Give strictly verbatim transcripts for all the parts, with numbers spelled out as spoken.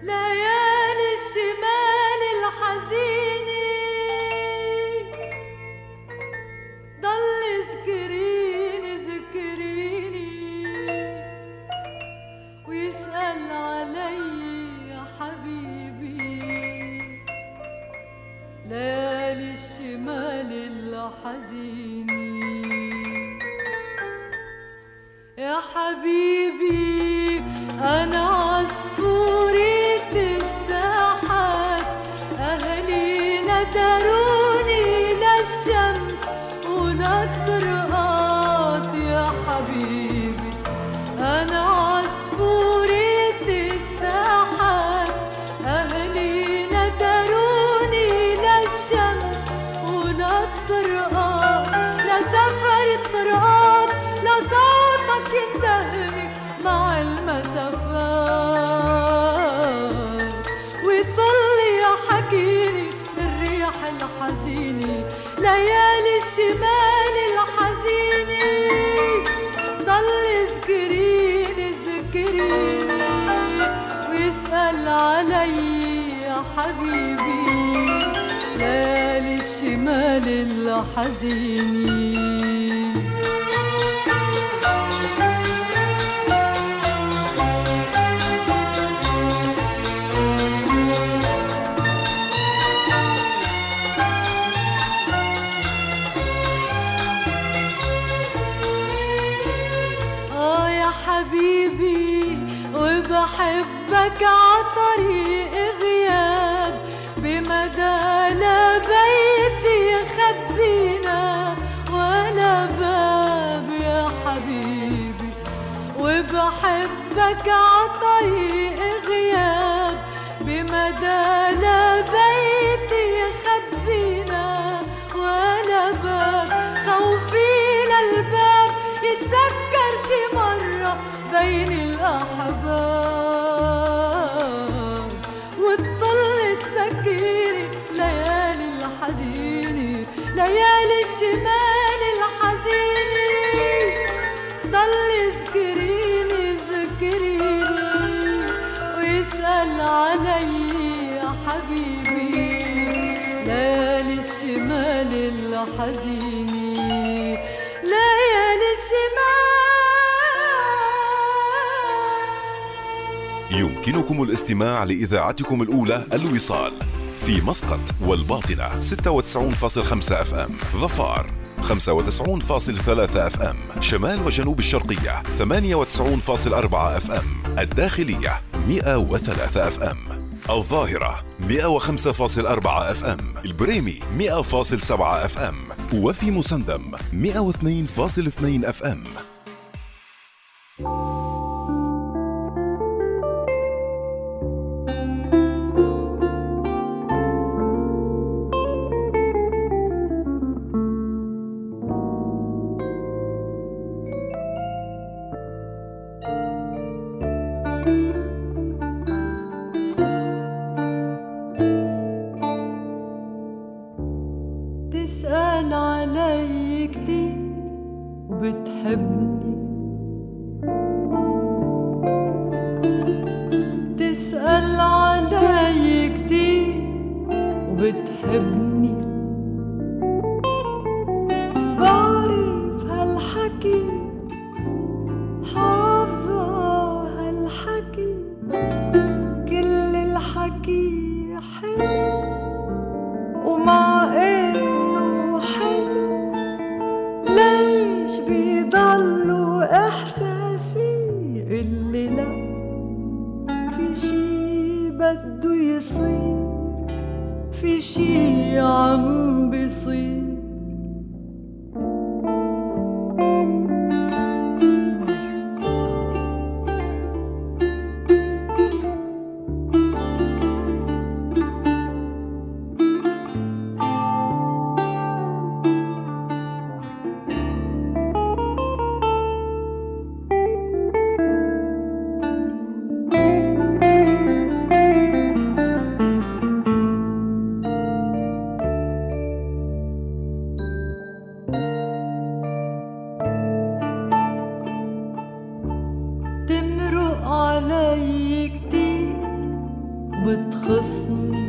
ليالي الشمال الحزينة ضل ذكريني ذكريني ويسأل علي يا حبيبي. ليالي الشمال الحزينة يا حبيبي أنا عصفورة الساحات، أهلي ندروني للشمس وللطرقات. يا حبيبي أنا عصفورة الساحات، أهلي ندروني للشمس وللطرقات. لسفر الطرقات لصوتك يندهني مع المسافات، ويطل يحكيني الريح الحزينة. ليالي الشمال الحزينة ضل ذكريني ذكريني ويسأل علي يا حبيبي. ليالي الشمال الحزينة. حبيبي وبحبك عطريق غياب، بمدى لا بيتي خبينا ولا باب. يا حبيبي وبحبك عطريق غياب، بمدى لا بيتي خبينا ولا باب. خوفي للباب يتذكر شي مرة بين الأحباب، وتطل تذكري ليالي الحزينة. ليالي الشمال الحزينة ضل ذكريني ذكريني ويسأل علي يا حبيبي. ليالي الشمال الحزينة ليالي الشمال. يمكنكم الاستماع لإذاعتكم الأولى الوصال في مسقط والباطنة ستة وتسعين فاصلة خمسة اف ام، ظفار خمسة وتسعين فاصلة ثلاثة اف ام، شمال وجنوب الشرقية ثمانية وتسعين فاصلة أربعة اف ام، الداخلية مئة وثلاثة اف ام، الظاهرة مئة وخمسة فاصلة أربعة اف ام، البريمي مئة فاصلة سبعة اف ام، وفي مسندم مئة واثنين فاصلة اثنين اف ام. تسأل علي كتير وبتحبني، تسأل علي كتير وبتحبني. بعرف هالحكي حافظة هالحكي، كل الحكي حلو ومع انه حلو ليش بيضلوا احساسي اللي لا في شي بده يصير، في شي عم بيصير. بتخصني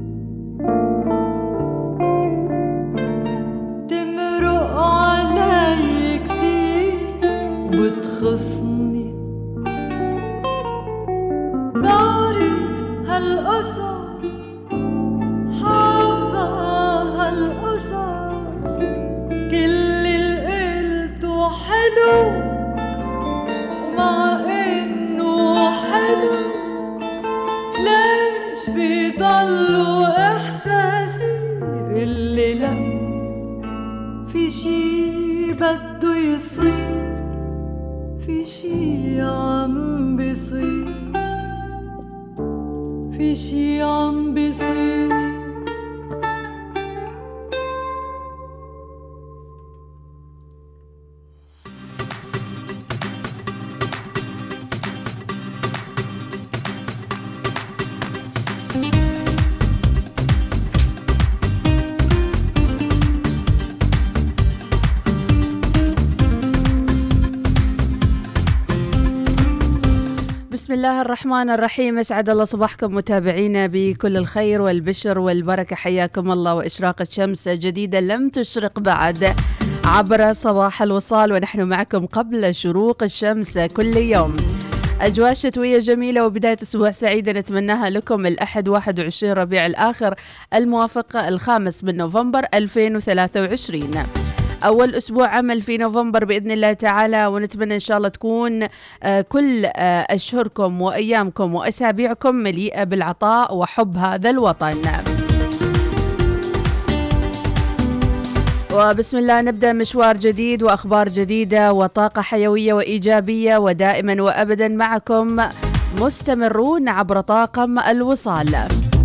تمرق علي كتير بتخصني بعرف هالقصص حافظة هالقصص كل اللي قلته حلو ومع انه حلو ليش بيضلوا احساسي اللي لا في شي بده يصير في شي عم بيصير في شي عم بيصير بسم الله الرحمن الرحيم. اسعد الله صباحكم متابعينا بكل الخير والبشر والبركة. حياكم الله وإشراقة شمس جديدة لم تشرق بعد عبر صباح الوصال، ونحن معكم قبل شروق الشمس كل يوم. أجواء شتوية جميلة وبداية أسبوع سعيدة نتمناها لكم. الأحد واحد وعشرين ربيع الآخر الموافق الخامس من نوفمبر ألفين وثلاثة وعشرين، أول أسبوع عمل في نوفمبر بإذن الله تعالى، ونتمنى إن شاء الله تكون كل أشهركم وأيامكم وأسابيعكم مليئة بالعطاء وحب هذا الوطن. وبسم الله نبدأ مشوار جديد وأخبار جديدة وطاقة حيوية وإيجابية، ودائما وأبدا معكم مستمرون عبر طاقم الوصال.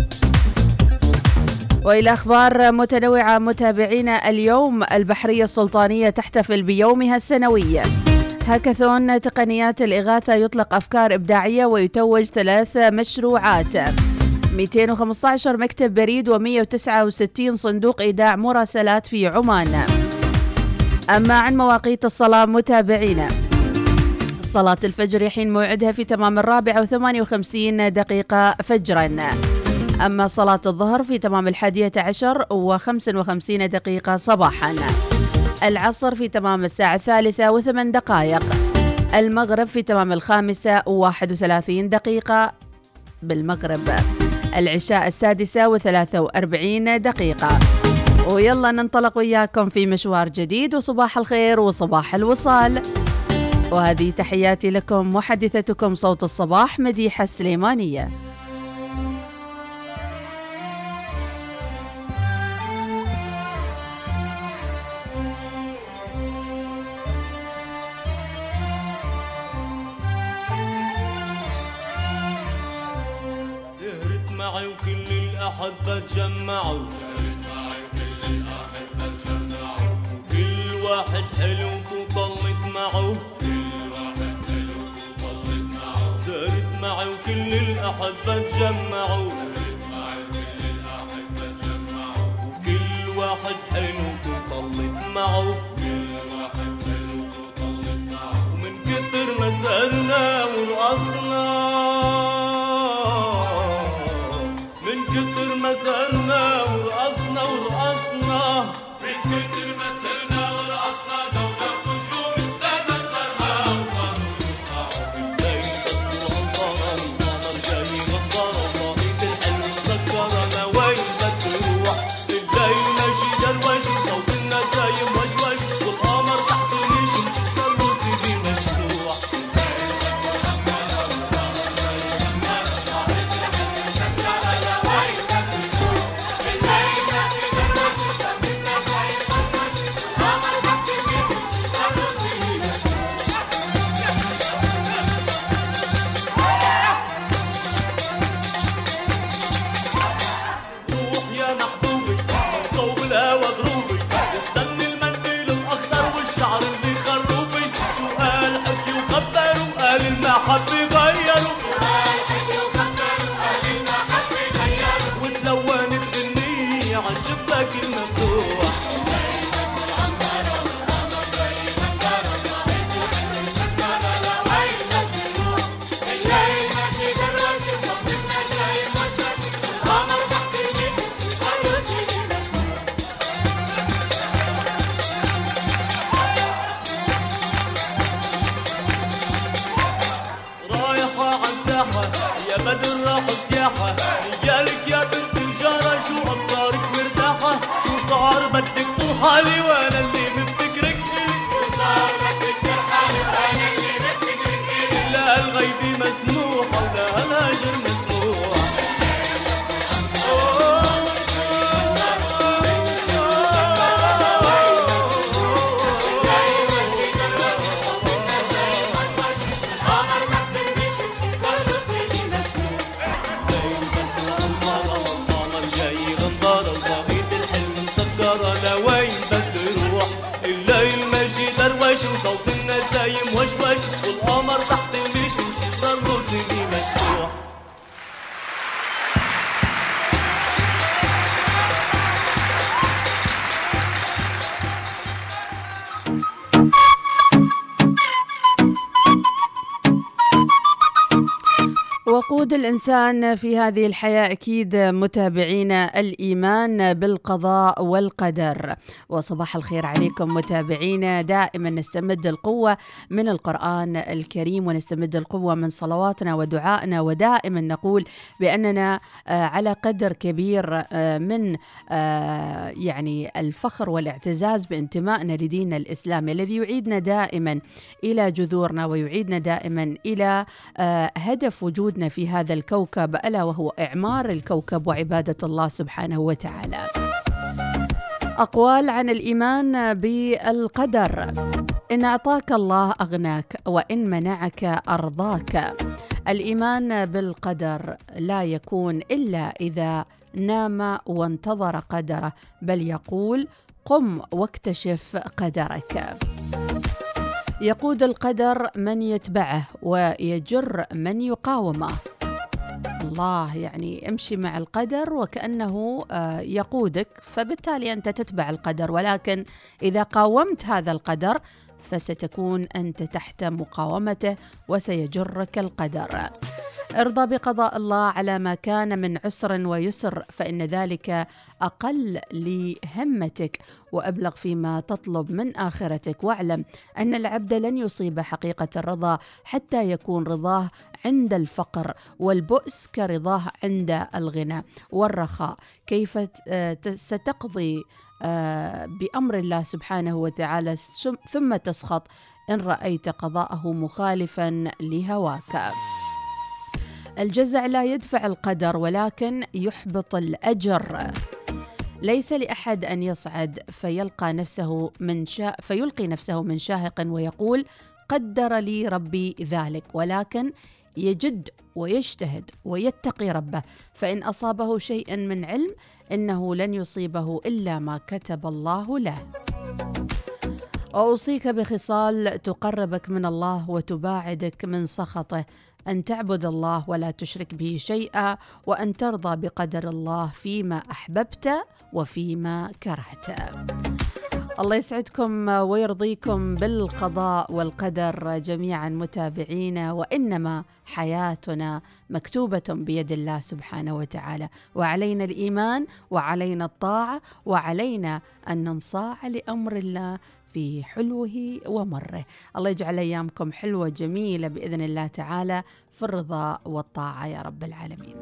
وإلى أخبار متنوعة متابعينا. اليوم البحرية السلطانية تحتفل بيومها السنوي. هاكاثون تقنيات الإغاثة يطلق أفكار إبداعية ويتوج ثلاث مشروعات. مئتين وخمسة عشر مكتب بريد ومئة وتسعة وستين صندوق إيداع مراسلات في عمان. أما عن مواقيت الصلاة متابعينا، صلاة الفجر يحين موعدها في تمام الرابعة وثمانية وخمسين دقيقة فجراً. أما صلاة الظهر في تمام الحادية عشر وخمس وخمسين دقيقة صباحاً. العصر في تمام الساعة الثالثة وثمان دقائق. المغرب في تمام الخامسة وواحد وثلاثين دقيقة بالمغرب. العشاء السادسة وثلاثة وأربعين دقيقة. ويلا ننطلق وياكم في مشوار جديد، وصباح الخير وصباح الوصال. وهذه تحياتي لكم محدثتكم صوت الصباح مديحة السليمانية. معي وكل الأحبة تجمعوا، كل الأحبة تجمعوا، كل واحد حلو وطلت معه، كل واحد حلو وطلت معه، سهرت معي وكل الأحبة تجمعوا، سهرت معي وكل الأحبة تجمعوا، وكل واحد حلو وطلت معه، كل واحد حلو وطلت معه، ومن كتر ما سهرنا ورقصنا، من كتر ما سهرنا ورقصنا ورقصنا، من كتر ما سهرنا ورقصنا دونا نجوم السما صرنا وصاروا يطلعوا بالليل تطلع القمر والقمر جاي غدارة صامت الحلو مسكرنا وين ما تروح بالليل ماشي درويش صوت الناس سايم وجوش والقمر تحت النجم صاروا سيدي مفتوح بالليل راح سياحة رجالك يا بنت الجارة شو أخبارك مرتاحة شو صار بدك ترحلي وأنا اللي بفتكرك شو صار بدك ترحلي وأنا اللي بفتكرك لا الغيب مسموح ولا الهجر مسموح وصوت النسايم وشوش والقمر تحت المشي مشي صار راسي مفتوح وقود الإنسان في هذه الحياة أكيد متابعينا الإيمان بالقضاء والقدر. وصباح الخير عليكم متابعينا، دائما نستمد القوة من القرآن الكريم ونستمد القوة من صلواتنا ودعائنا، ودائما نقول بأننا على قدر كبير من يعني الفخر والاعتزاز بانتمائنا لدين الإسلام الذي يعيدنا دائما إلى جذورنا ويعيدنا دائما إلى هدف وجودنا في هذا الكوكب، ألا وهو إعمار الكوكب وعبادة الله سبحانه وتعالى. أقوال عن الإيمان بالقدر: إن أعطاك الله أغناك، وإن منعك أرضاك. الإيمان بالقدر لا يكون إلا إذا نام وانتظر قدره، بل يقول قم واكتشف قدرك. يقود القدر من يتبعه ويجر من يقاومه. الله يعني امشي مع القدر وكأنه يقودك، فبالتالي أنت تتبع القدر، ولكن إذا قاومت هذا القدر فستكون أنت تحت مقاومته وسيجرك القدر. ارضى بقضاء الله على ما كان من عسر ويسر، فإن ذلك أقل لهمتك وأبلغ فيما تطلب من آخرتك. واعلم أن العبد لن يصيب حقيقة الرضا حتى يكون رضاه عند الفقر، والبؤس كرضاه عند الغنى والرخاء. كيف ستقضي بأمر الله سبحانه وتعالى ثم تسخط إن رأيت قضاءه مخالفا لهواك. الجزع لا يدفع القدر ولكن يحبط الأجر. ليس لأحد أن يصعد فيلقى نفسه من شا... فيلقي نفسه من شاهق ويقول قدر لي ربي ذلك، ولكن يجد ويجتهد ويتقي ربه، فإن أصابه شيء من علم إنه لن يصيبه إلا ما كتب الله له. أوصيك بخصال تقربك من الله وتباعدك من سخطه: أن تعبد الله ولا تشرك به شيئا، وأن ترضى بقدر الله فيما أحببت وفيما كرهت. الله يسعدكم ويرضيكم بالقضاء والقدر جميعا متابعينا، وإنما حياتنا مكتوبة بيد الله سبحانه وتعالى، وعلينا الإيمان وعلينا الطاعة وعلينا أن ننصاع لأمر الله في حلوه ومره. الله يجعل أيامكم حلوة جميلة بإذن الله تعالى في الرضا والطاعة يا رب العالمين.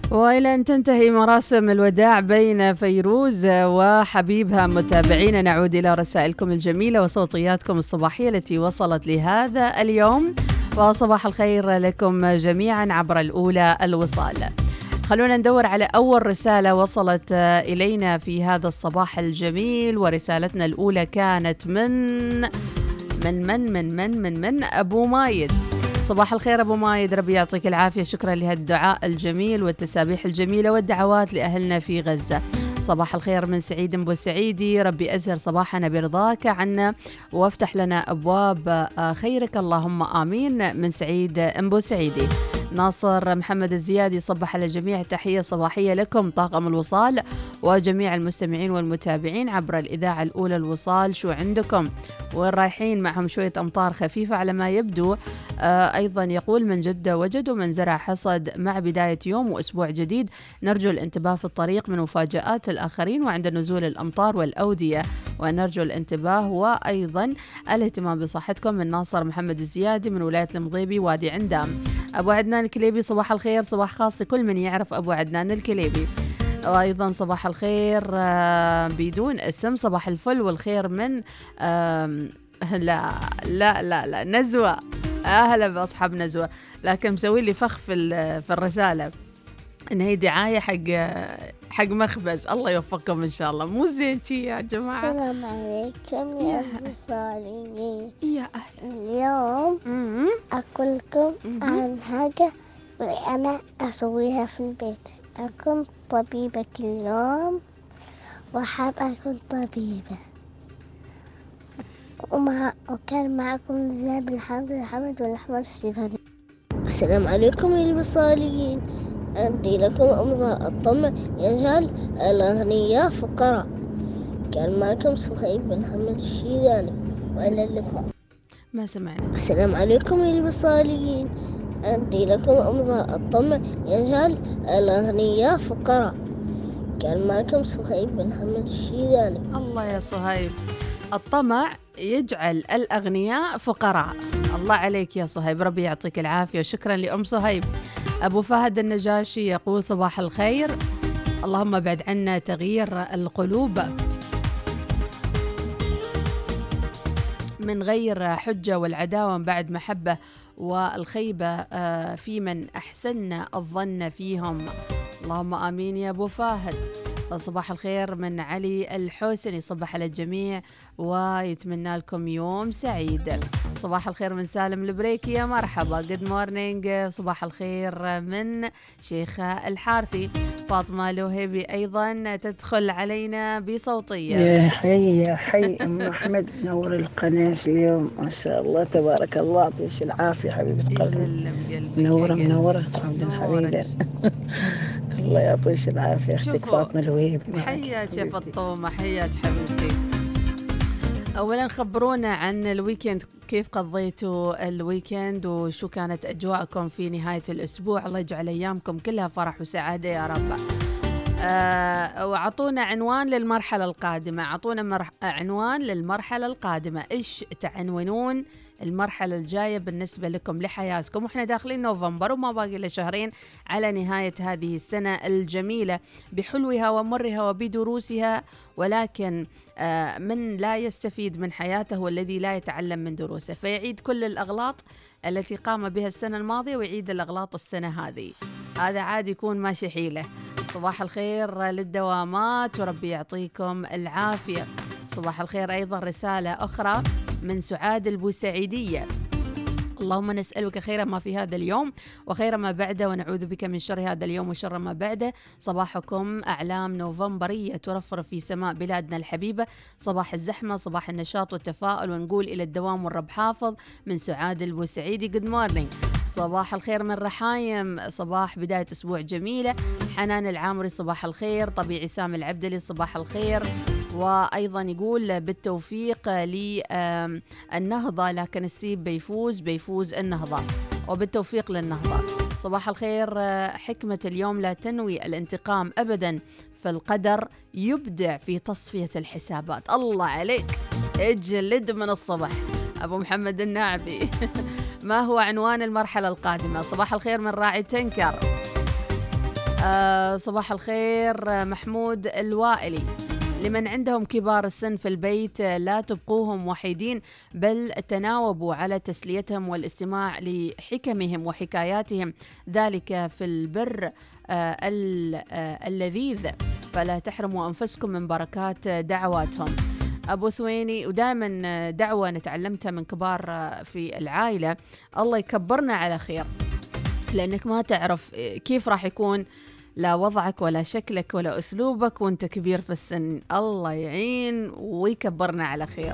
وإلى أن تنتهي مراسم الوداع بين فيروز وحبيبها متابعينا، نعود إلى رسائلكم الجميلة وصوتياتكم الصباحية التي وصلت لهذا اليوم. وصباح الخير لكم جميعا عبر الأولى الوصال. خلونا ندور على أول رسالة وصلت إلينا في هذا الصباح الجميل، ورسالتنا الأولى كانت من من من من من من, من أبو مايد. صباح الخير أبو مايد، ربي يعطيك العافية، شكرا لهالدعاء الجميل والتسابيح الجميلة والدعوات لأهلنا في غزة. صباح الخير من سعيد أبو سعيدي، ربي أزهر صباحنا برضاك عنا وافتح لنا أبواب خيرك اللهم آمين، من سعيد أبو سعيدي. ناصر محمد الزيادي صبح على الجميع، تحية صباحية لكم طاقم الوصال وجميع المستمعين والمتابعين عبر الإذاعة الأولى الوصال. شو عندكم؟ وين رايحين؟ معهم شوية أمطار خفيفة على ما يبدو. آه أيضا يقول من جد وجد ومن زرع حصد، مع بداية يوم وأسبوع جديد نرجو الانتباه في الطريق من مفاجآت الآخرين وعند نزول الأمطار والأودية، ونرجو الانتباه وأيضا الاهتمام بصحتكم. من ناصر محمد الزيادي من ولاية المضيبي وادي عندام. أبو عدنان الكليبي صباح الخير، صباح خاص لكل من يعرف أبو عدنان الكليبي. وأيضا صباح الخير بدون اسم، صباح الفل والخير من لا لا لا لا نزوة. أهلا بأصحاب نزوة، لكن مسوي لي فخ في في الرسالة إن هي دعاية حق حق مخبز. الله يوفقكم إن شاء الله. مو زين شي يا جماعة. السلام عليكم يا مصاريين. يا أهلا. اليوم أقول لكم عن حاجة أنا أسويها في البيت. أكون طبيبة كل يوم وحاب أكون طبيبة. ومع وكان معكم زياد بن حمد الحمد والأحمد السيفاني. السلام عليكم يا المصاريين، عندي لكم أمضاء الطمع يجعل الأغنياء فقراء. كان معكم صهيب بن حمد الشيباني، وإلى اللقاء. ما سمعنا. السلام عليكم يا المصاريين، عندي لكم أمضاء الطمع يجعل الأغنياء فقراء. كان معكم صهيب بن حمد الشيباني. الله يا صهيب، الطمع يجعل الأغنياء فقراء. الله عليك يا صهيب، ربي يعطيك العافية وشكرا لأم صهيب. أبو فهد النجاشي يقول صباح الخير، اللهم بعد عنا تغيير القلوب من غير حجة والعداوة بعد محبة والخيبة في من أحسن الظن فيهم. اللهم آمين يا أبو فهد. صباح الخير من علي الحوسني، صباح على الجميع ويتمنى لكم يوم سعيد. صباح الخير من سالم البريكي، يا مرحبا، جود مورنينج. صباح الخير من شيخة الحارثي. فاطمة لوهيبي أيضا تدخل علينا بصوتية. يا حي يا حي أم أحمد، نور القناة اليوم ما شاء الله تبارك الله، يعطيك العافية حبيبة قلبي. منورة منورة عبد الحميد. الله يعطيك العافية أختك فاطمة الوهيبي. حياك يا فطومة، حياك حبيبتي. أولا خبرونا عن الويكند، كيف قضيتوا الويكند وشو كانت أجواءكم في نهاية الأسبوع. الله يجعل أيامكم كلها فرح وسعادة يا رب. آه وعطونا عنوان للمرحلة القادمة، عطونا مرح... عنوان للمرحلة القادمة، إيش تعنونون المرحلة الجاية بالنسبة لكم لحياتكم. وإحنا داخلين نوفمبر وما باقي إلا شهرين على نهاية هذه السنة الجميلة بحلوها ومرها وبدروسها، ولكن آه من لا يستفيد من حياته هو الذي لا يتعلم من دروسه، فيعيد كل الأغلاط التي قام بها السنة الماضية ويعيد الأغلاط السنة هذه. هذا عاد يكون ماشي حيلة. صباح الخير للدوامات وربي يعطيكم العافية. صباح الخير أيضا رسالة أخرى من سعاد البوسعيدية. اللهم نسألك خير ما في هذا اليوم وخير ما بعده، ونعوذ بك من شر هذا اليوم وشر ما بعده. صباحكم أعلام نوفمبرية ترفرف في سماء بلادنا الحبيبة، صباح الزحمة، صباح النشاط والتفاؤل، ونقول إلى الدوام والرب حافظ. من سعاد البوسعيدي، جود مورنينج. صباح الخير من رحايم، صباح بداية أسبوع جميلة. حنان العامري صباح الخير. طبيعي سامي العبدلي صباح الخير. وأيضا يقول بالتوفيق للنهضة، لكن السيب بيفوز بيفوز النهضة، وبالتوفيق للنهضة. صباح الخير. حكمة اليوم لا تنوي الانتقام أبدا، فالقدر يبدع في تصفية الحسابات. الله عليك، اجلد من الصبح أبو محمد الناعبي. ما هو عنوان المرحلة القادمة؟ صباح الخير من راعي تنكر. آه صباح الخير محمود الوائلي. لمن عندهم كبار السن في البيت لا تبقوهم وحيدين، بل تناوبوا على تسليتهم والاستماع لحكمهم وحكاياتهم، ذلك في البر آه اللذيذ، فلا تحرموا أنفسكم من بركات دعواتهم. أبو ثويني، ودائما دعوة نتعلمتها من كبار في العائلة، الله يكبرنا على خير، لأنك ما تعرف كيف راح يكون لا وضعك ولا شكلك ولا أسلوبك وانت كبير في السن. الله يعين ويكبرنا على خير.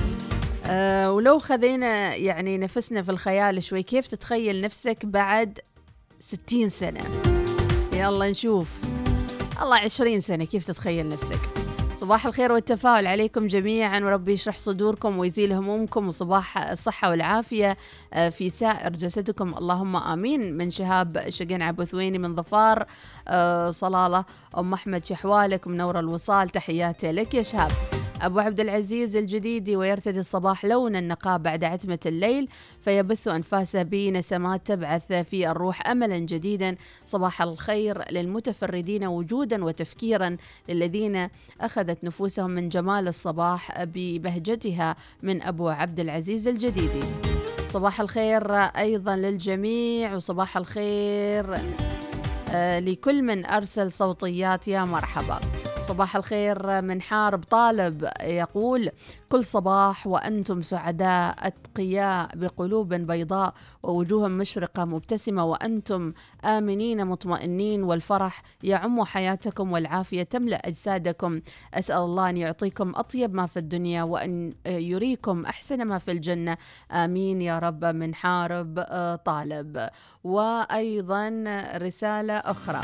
أه ولو خذينا يعني نفسنا في الخيال شوي، كيف تتخيل نفسك بعد ستين سنة؟ يلا نشوف. الله عشرين سنة كيف تتخيل نفسك؟ صباح الخير والتفاؤل عليكم جميعا، وربي يشرح صدوركم ويزيل همومكم، وصباح الصحة والعافية في سائر جسدكم، اللهم آمين. من شهاب شقن عبو ثويني، من ظفار صلالة، أم أحمد شحوالك منور الوصال، تحياتي لك يا شهاب. أبو عبد العزيز الجديدي، ويرتدي الصباح لون النقاء بعد عتمة الليل، فيبث أنفاسه بنسمات تبعث في الروح أملا جديدا. صباح الخير للمتفردين وجودا وتفكيرا، للذين أخذت نفوسهم من جمال الصباح ببهجتها، من أبو عبد العزيز الجديدي. صباح الخير أيضا للجميع، وصباح الخير آه لكل من أرسل صوتيات، يا مرحبا. صباح الخير من حارب طالب، يقول كل صباح وأنتم سعداء أتقياء بقلوب بيضاء ووجوه مشرقة مبتسمة، وأنتم آمنين مطمئنين، والفرح يعم حياتكم والعافية تملأ أجسادكم. أسأل الله أن يعطيكم أطيب ما في الدنيا وأن يريكم أحسن ما في الجنة، آمين يا رب. من حارب طالب. وأيضا رسالة أخرى،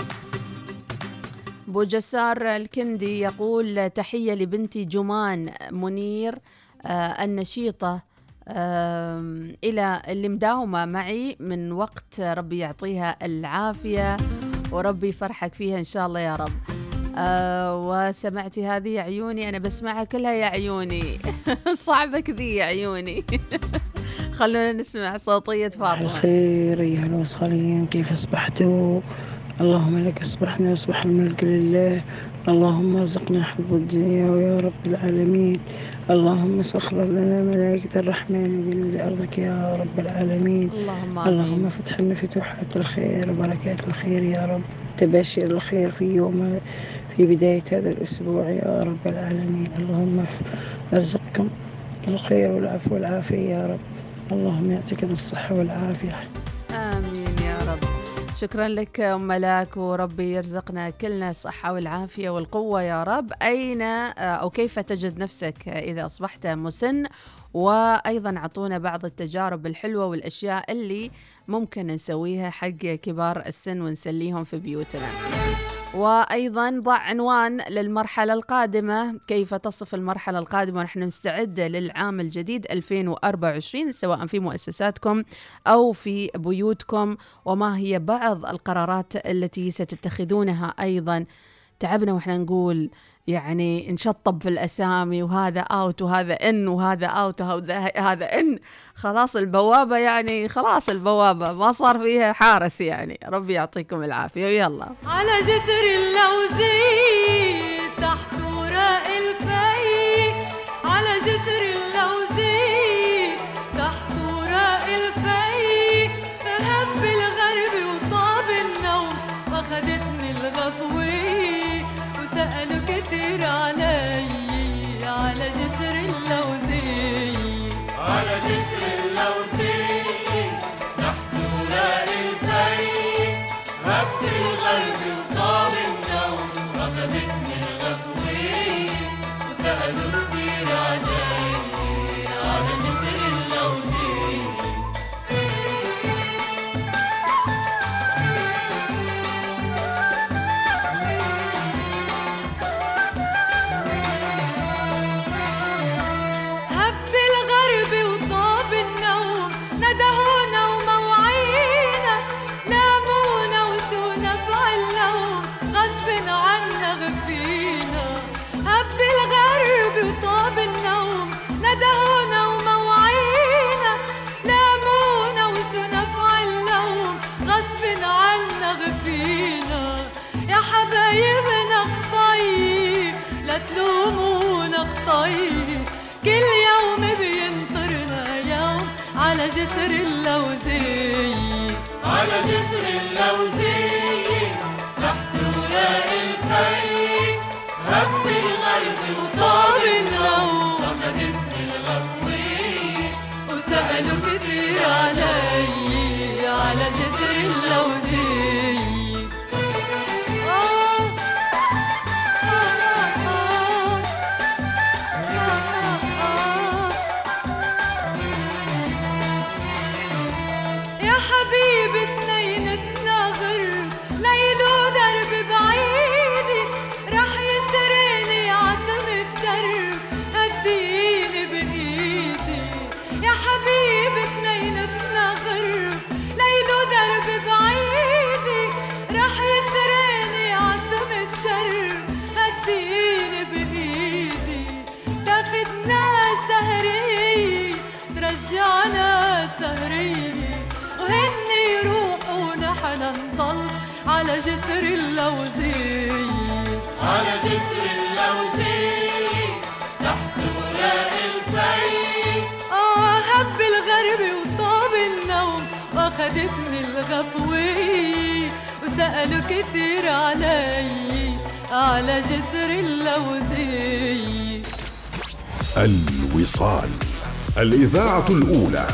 أبو جسار الكندي يقول تحية لبنتي جمان منير آه النشيطة آه إلى اللي مداومة معي من وقت، ربي يعطيها العافية وربي يفرحك فيها إن شاء الله يا رب. آه وسمعتي هذه يا عيوني، أنا بسمعها كلها يا عيوني صعبة كذي يا عيوني خلونا نسمع صوتية فاطمة. الخير أيها الوصاليين، كيف أصبحتوا؟ اللهم لك أصبحنا وأصبح الملك لله، اللهم ارزقنا حب الدنيا ويا رب العالمين، اللهم سخر لنا ملائكة الرحمن وجنود أرضك يا رب العالمين، اللهم, اللهم فتح لنا فتوحات الخير وبركات الخير يا رب، تباشر الخير في يوم في بداية هذا الأسبوع يا رب العالمين، اللهم ارزقكم الخير والعفو والعافية يا رب، اللهم يعطيكم الصحة والعافية. آمين يا رب. شكرا لك أم ملاك، وربي يرزقنا كلنا الصحة والعافية والقوة يا رب. أين أو كيف تجد نفسك إذا أصبحت مسن؟ وأيضا عطونا بعض التجارب الحلوة والأشياء اللي ممكن نسويها حق كبار السن ونسليهم في بيوتنا. وأيضا ضع عنوان للمرحلة القادمة، كيف تصف المرحلة القادمة ونحن نستعد للعام الجديد ألفين وأربعة وعشرين، سواء في مؤسساتكم أو في بيوتكم، وما هي بعض القرارات التي ستتخذونها. أيضا تعبنا وإحنا نقول يعني نشطب في الأسامي، وهذا أوت وهذا إن وهذا أوت وهذا إن، خلاص البوابة يعني خلاص البوابة ما صار فيها حارس يعني. ربي يعطيكم العافية. ويلا على جسر اللوزي تحت وراء الفي، على جسر اللوزي تحت وراء الفي، هب الغرب وطاب النوم واخدتني الغفوي، وسألوا كتير علي على جسر اللوزي، على جسر اللوزي تحت وراء الفي، هب الغرب وطاب النوم واخدتني حبايبنا خطي لا تلومونا خطي كل يوم بينطرنا يوم على جسر اللوزي على جسر اللوزي تحت وراء الفي هب الغرب وطاب النوم أخدتني الغفوي وسألوا كتير علي على جسر اللوزي نضل على جسر اللوزي على جسر اللوزي تحت وراء الفي آه هب الغرب وطاب النوم واخدتني الغفوي وسألوا كتير علي على جسر اللوزي. الوصال، الإذاعة الأولى.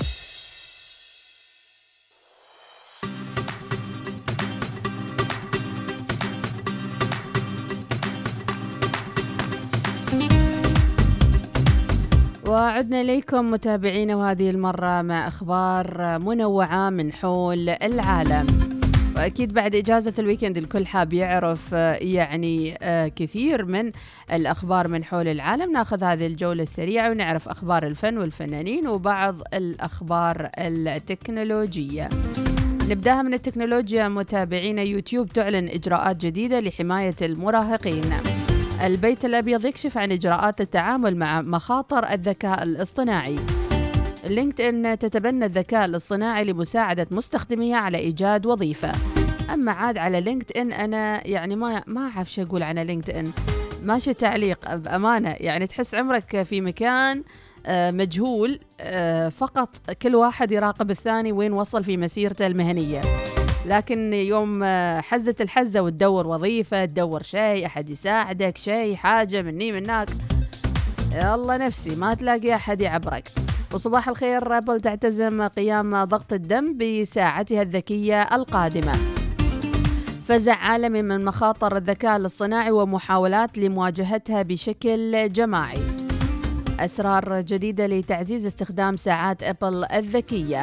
وعدنا إليكم متابعينا، وهذه المرة مع أخبار منوعة من حول العالم. وأكيد بعد إجازة الويكند الكل حاب يعرف يعني كثير من الأخبار من حول العالم. ناخذ هذه الجولة السريعة ونعرف أخبار الفن والفنانين وبعض الأخبار التكنولوجية. نبداها من التكنولوجيا متابعينا. يوتيوب تعلن إجراءات جديدة لحماية المراهقين. البيت الأبيض يكشف عن إجراءات التعامل مع مخاطر الذكاء الاصطناعي. لينكد إن تتبنى الذكاء الاصطناعي لمساعدة مستخدميها على إيجاد وظيفة. أما عاد على لينكد إن أنا يعني ما ما أعرف شو أقول عن لينكد إن، ماشي تعليق بأمانة، يعني تحس عمرك في مكان مجهول، فقط كل واحد يراقب الثاني وين وصل في مسيرته المهنية. لكن يوم حزت الحزة وتدور وظيفة، تدور شيء، أحد يساعدك، شيء حاجة مني منك، يلا نفسي ما تلاقي أحد يعبرك. وصباح الخير، أبل تعتزم قيام ضغط الدم بساعتها الذكية القادمة. فزع عالمي من مخاطر الذكاء الاصطناعي ومحاولات لمواجهتها بشكل جماعي. أسرار جديدة لتعزيز استخدام ساعات أبل الذكية.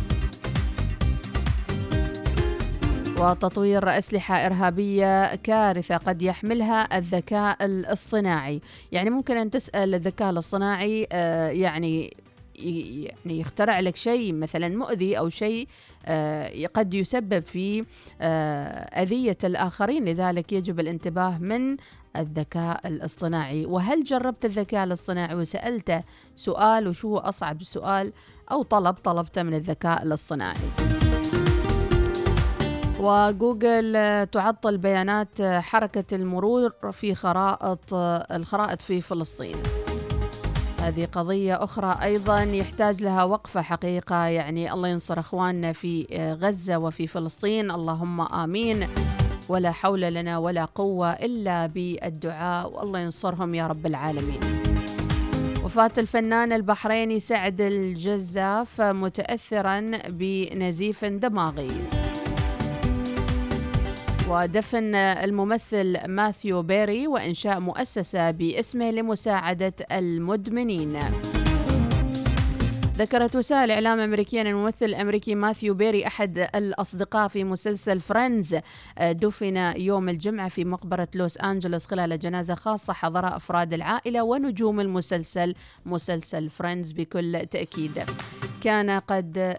وتطوير أسلحة إرهابية كارثة قد يحملها الذكاء الاصطناعي. يعني ممكن أن تسأل الذكاء الاصطناعي آه يعني يعني يخترع لك شيء مثلا مؤذي أو شيء آه قد يسبب في آه أذية الآخرين، لذلك يجب الانتباه من الذكاء الاصطناعي. وهل جربت الذكاء الاصطناعي وسألته سؤال وشو هو أصعب سؤال أو طلب طلبته من الذكاء الاصطناعي؟ وجوجل تعطل بيانات حركة المرور في خرائط الخرائط في فلسطين. هذه قضية أخرى أيضا يحتاج لها وقفة حقيقة، يعني الله ينصر أخواننا في غزة وفي فلسطين، اللهم آمين، ولا حول لنا ولا قوة إلا بالدعاء، والله ينصرهم يا رب العالمين. وفاة الفنان البحريني سعد الجزاف متأثرا بنزيف دماغي. ودفن الممثل ماثيو بيري وإنشاء مؤسسة باسمه لمساعدة المدمنين. ذكرت وسائل إعلام أمريكية أن الممثل الأمريكي ماثيو بيري أحد الأصدقاء في مسلسل فريندز دفن يوم الجمعة في مقبرة لوس أنجلوس خلال جنازة خاصة حضرها أفراد العائلة ونجوم المسلسل مسلسل فريندز بكل تأكيد. كان قد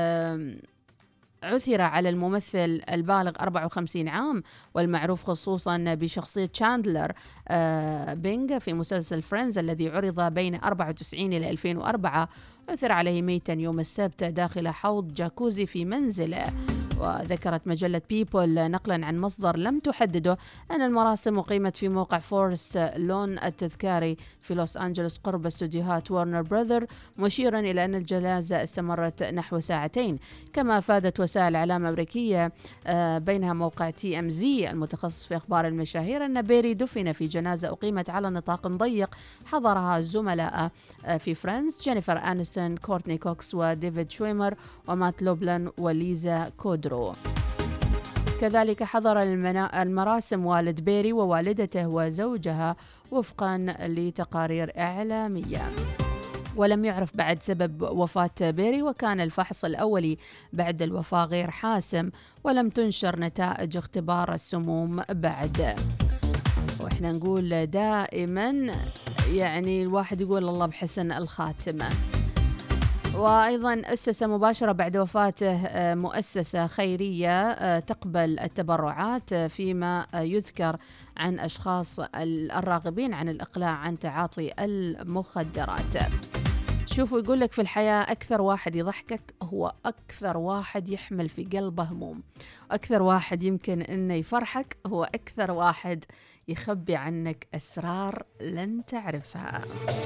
عثر على الممثل البالغ أربعة وخمسين عام والمعروف خصوصا بشخصية تشاندلر بينغ في مسلسل فريندز الذي عرض بين أربعة وتسعين إلى ألفين وأربعة، عثر عليه ميتا يوم السبت داخل حوض جاكوزي في منزله. وذكرت مجلة بيبول نقلا عن مصدر لم تحدده أن المراسم أقيمت في موقع فورست لون التذكاري في لوس أنجلوس قرب استوديوهات وارنر براذر، مشيرا إلى أن الجنازة استمرت نحو ساعتين. كما أفادت وسائل إعلام أمريكية بينها موقع تي ام زي المتخصص في أخبار المشاهير أن بيري دفن في جنازة أقيمت على نطاق ضيق حضرها زملاء في فريندز جينيفر أنستون، كورتني كوكس وديفيد شويمر ومات لوبلان وليزا كودرو. كذلك حضر المراسم والد بيري ووالدته وزوجها وفقا لتقارير إعلامية. ولم يعرف بعد سبب وفاة بيري، وكان الفحص الأولي بعد الوفاة غير حاسم، ولم تنشر نتائج اختبار السموم بعد. وإحنا نقول دائما يعني الواحد يقول الله بحسن الخاتمة. وأيضا أسس مباشرة بعد وفاته مؤسسة خيرية تقبل التبرعات، فيما يذكر عن أشخاص الراغبين عن الإقلاع عن تعاطي المخدرات. شوفوا يقول لك في الحياة أكثر واحد يضحكك هو أكثر واحد يحمل في قلبه هموم، أكثر واحد يمكن أنه يفرحك هو أكثر واحد يخبي عنك أسرار لن تعرفها.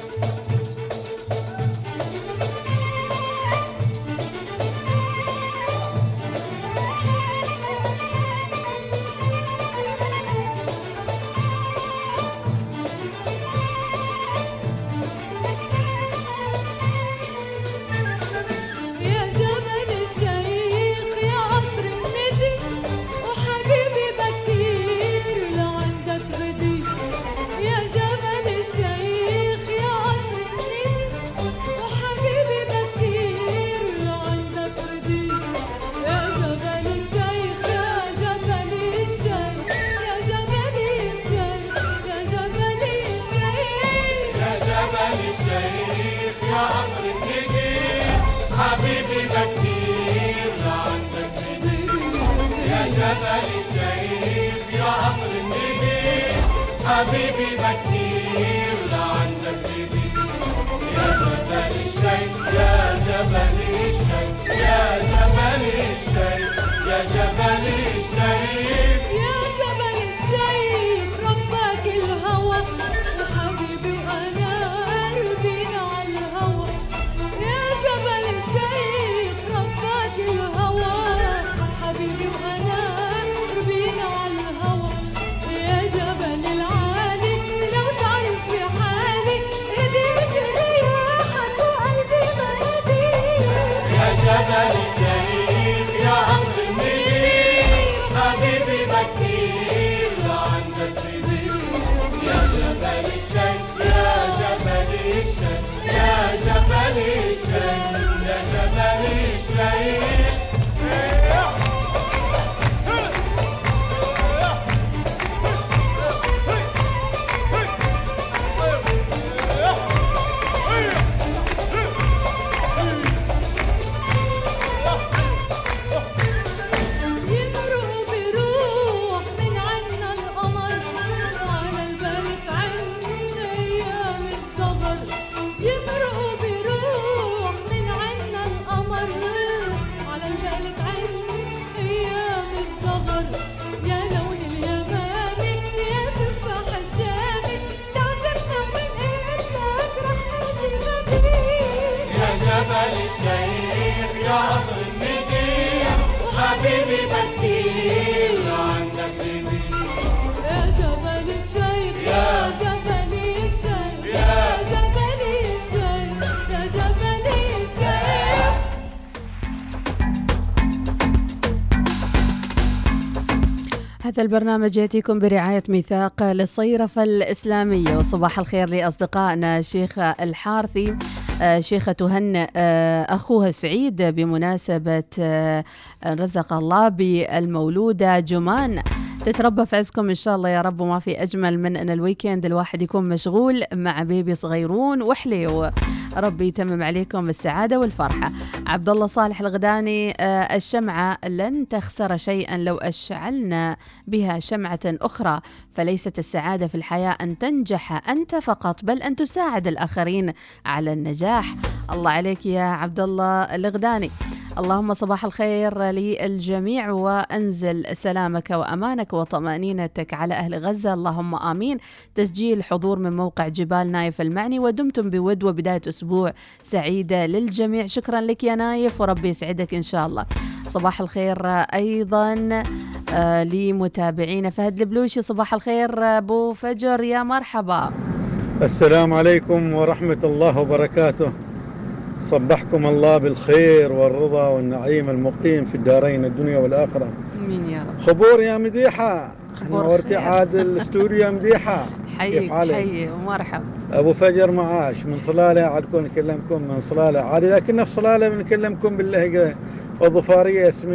حبيبي بكير لعندك بدي يا جبل الشيخ يا جبل الشيخ يا جبل الشيخ يا جبل الشيخ يا جبل الشيخ ربك الهوى وحبيبي أنا قلبينا على الهوى. يا جبل الشيخ ربك الهوى حبيبي وأنا قلبينا على الهوى. يا جبل العالي لو تعرف بحالي هديك رياحك وقلبي ما يديك. يا جبل الشيخ يا قصر النيل حبيبي بكير لعندك بديك. يا جبل الشيخ يا جبل الشيخ يا جبل الشيخ يا جبل الشيخ. الشيخ يا قصر الندية وحبيبي بكير لعندك بدي. يا جبل الشيخ يا جبل الشيخ يا جبل الشيخ يا جبل الشيخ. هذا البرنامج يأتيكم برعاية ميثاق للصيرفة الإسلامية. وصباح الخير لأصدقائنا شيخ الحارثي، شيخة تهنئ أخوها سعيد بمناسبة رزق الله بالمولودة جمان، تتربى في عزكم إن شاء الله يا رب. وما في أجمل من أن الويكند الواحد يكون مشغول مع بيبي صغيرون وحليو. ربي يتمم عليكم السعادة والفرحة. عبد الله صالح الغداني، آه الشمعة لن تخسر شيئا لو أشعلنا بها شمعة أخرى، فليست السعادة في الحياة أن تنجح أنت فقط، بل أن تساعد الآخرين على النجاح. الله عليك يا عبد الله الغداني. اللهم صباح الخير للجميع، وأنزل سلامك وأمانك وطمأنينتك على أهل غزة، اللهم آمين. تسجيل حضور من موقع جبال نايف المعني، ودمتم بود وبداية أسبوع سعيدة للجميع. شكرا لك يا نايف، وربي يسعدك إن شاء الله. صباح الخير أيضا آه لمتابعينا. فهد البلوشي، صباح الخير أبو فجر، يا مرحبا. السلام عليكم ورحمة الله وبركاته. صبحكم الله بالخير والرضا والنعيم المقيم في الدارين الدنيا والآخرة. امين يا رب. خبور يا مديحة، نورتي خير. عاد الاستوديو يا مديحة. حيك حي ومرحب. أبو فجر معاش من صلالة، عادكم نكلمكم من صلالة، عاد إذا كنا في صلالة بنكلمكم بالله الظفارية اسمي